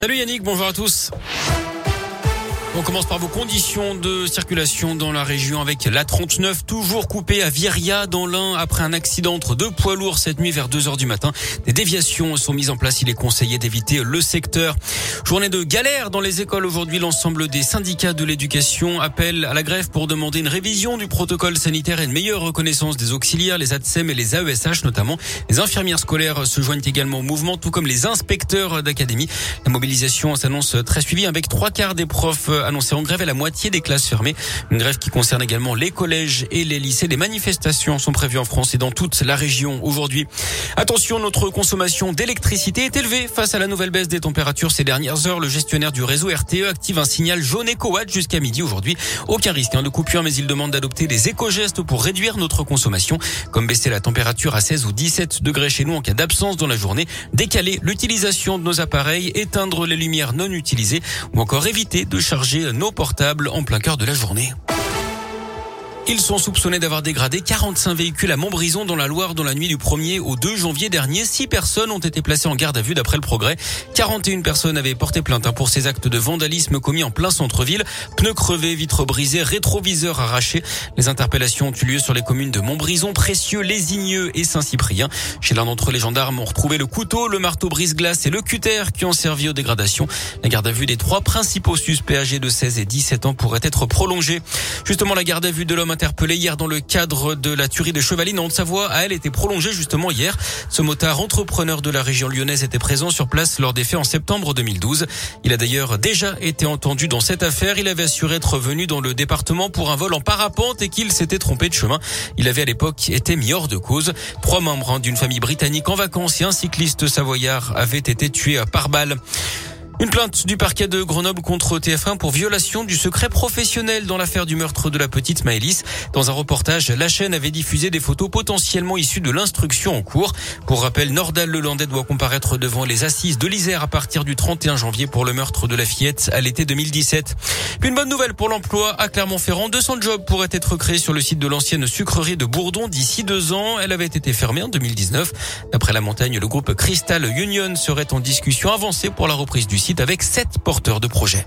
Salut Yannick, bonjour à tous. On commence par vos conditions de circulation dans la région avec l'A39 toujours coupée à Viria dans l'Ain après un accident entre deux poids lourds cette nuit vers 2h du matin. Des déviations sont mises en place. Il est conseillé d'éviter le secteur. Journée de galère dans les écoles aujourd'hui. L'ensemble des syndicats de l'éducation appellent à la grève pour demander une révision du protocole sanitaire et une meilleure reconnaissance des auxiliaires, les ATSEM et les AESH notamment. Les infirmières scolaires se joignent également au mouvement, tout comme les inspecteurs d'académie. La mobilisation s'annonce très suivie avec 3/4 des profs annoncé en grève et la moitié des classes fermées. Une grève qui concerne également les collèges et les lycées. Des manifestations sont prévues en France et dans toute la région aujourd'hui. Attention, notre consommation d'électricité est élevée face à la nouvelle baisse des températures ces dernières heures. Le gestionnaire du réseau RTE active un signal jaune éco-watt jusqu'à midi aujourd'hui. Aucun risque de coupure, mais il demande d'adopter des éco-gestes pour réduire notre consommation, comme baisser la température à 16 ou 17 degrés chez nous en cas d'absence dans la journée, décaler l'utilisation de nos appareils, éteindre les lumières non utilisées ou encore éviter de charger nos portables en plein cœur de la journée. Ils sont soupçonnés d'avoir dégradé 45 véhicules à Montbrison dans la Loire dans la nuit du 1er au 2 janvier dernier. 6 personnes ont été placées en garde à vue d'après le Progrès. 41 personnes avaient porté plainte pour ces actes de vandalisme commis en plein centre-ville. Pneus crevés, vitres brisées, rétroviseurs arrachés. Les interpellations ont eu lieu sur les communes de Montbrison, Précieux, Lésigneux et Saint-Cyprien. Chez l'un d'entre eux, les gendarmes ont retrouvé le couteau, le marteau brise-glace et le cutter qui ont servi aux dégradations. La garde à vue des 3 principaux suspects âgés de 16 et 17 ans pourrait être prolongée. Justement, la garde à vue de l'homme interpellé hier dans le cadre de la tuerie de Chevaline en Haute-Savoie a elle été prolongée justement hier. Ce motard entrepreneur de la région lyonnaise était présent sur place lors des faits en septembre 2012. Il a d'ailleurs déjà été entendu dans cette affaire. Il avait assuré être venu dans le département pour un vol en parapente et qu'il s'était trompé de chemin. Il avait à l'époque été mis hors de cause. 3 membres d'une famille britannique en vacances et un cycliste savoyard avaient été tués par balle. Une plainte du parquet de Grenoble contre TF1 pour violation du secret professionnel dans l'affaire du meurtre de la petite Maëlys. Dans un reportage, la chaîne avait diffusé des photos potentiellement issues de l'instruction en cours. Pour rappel, Nordal Lelandais doit comparaître devant les assises de l'Isère à partir du 31 janvier pour le meurtre de la fillette à l'été 2017. Puis une bonne nouvelle pour l'emploi à Clermont-Ferrand. 200 jobs pourraient être créés sur le site de l'ancienne sucrerie de Bourdon d'ici 2 ans. Elle avait été fermée en 2019. D'après La Montagne, le groupe Crystal Union serait en discussion avancée pour la reprise du site avec 7 porteurs de projets.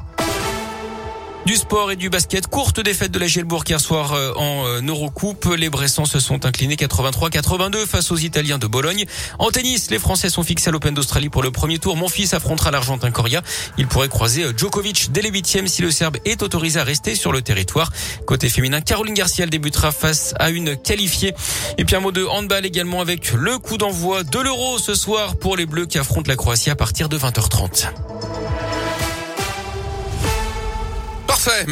Du sport et du basket. Courte défaite de la Gielbourg hier soir en Eurocoupe. Les Bressans se sont inclinés 83-82 face aux Italiens de Bologne. En tennis, les Français sont fixés à l'Open d'Australie pour le premier tour. Monfils affrontera l'Argentin Coria. Il pourrait croiser Djokovic dès les 8e si le Serbe est autorisé à rester sur le territoire. Côté féminin, Caroline Garcia débutera face à une qualifiée. Et puis un mot de handball également avec le coup d'envoi de l'Euro ce soir pour les Bleus qui affrontent la Croatie à partir de 20h30. Parfait.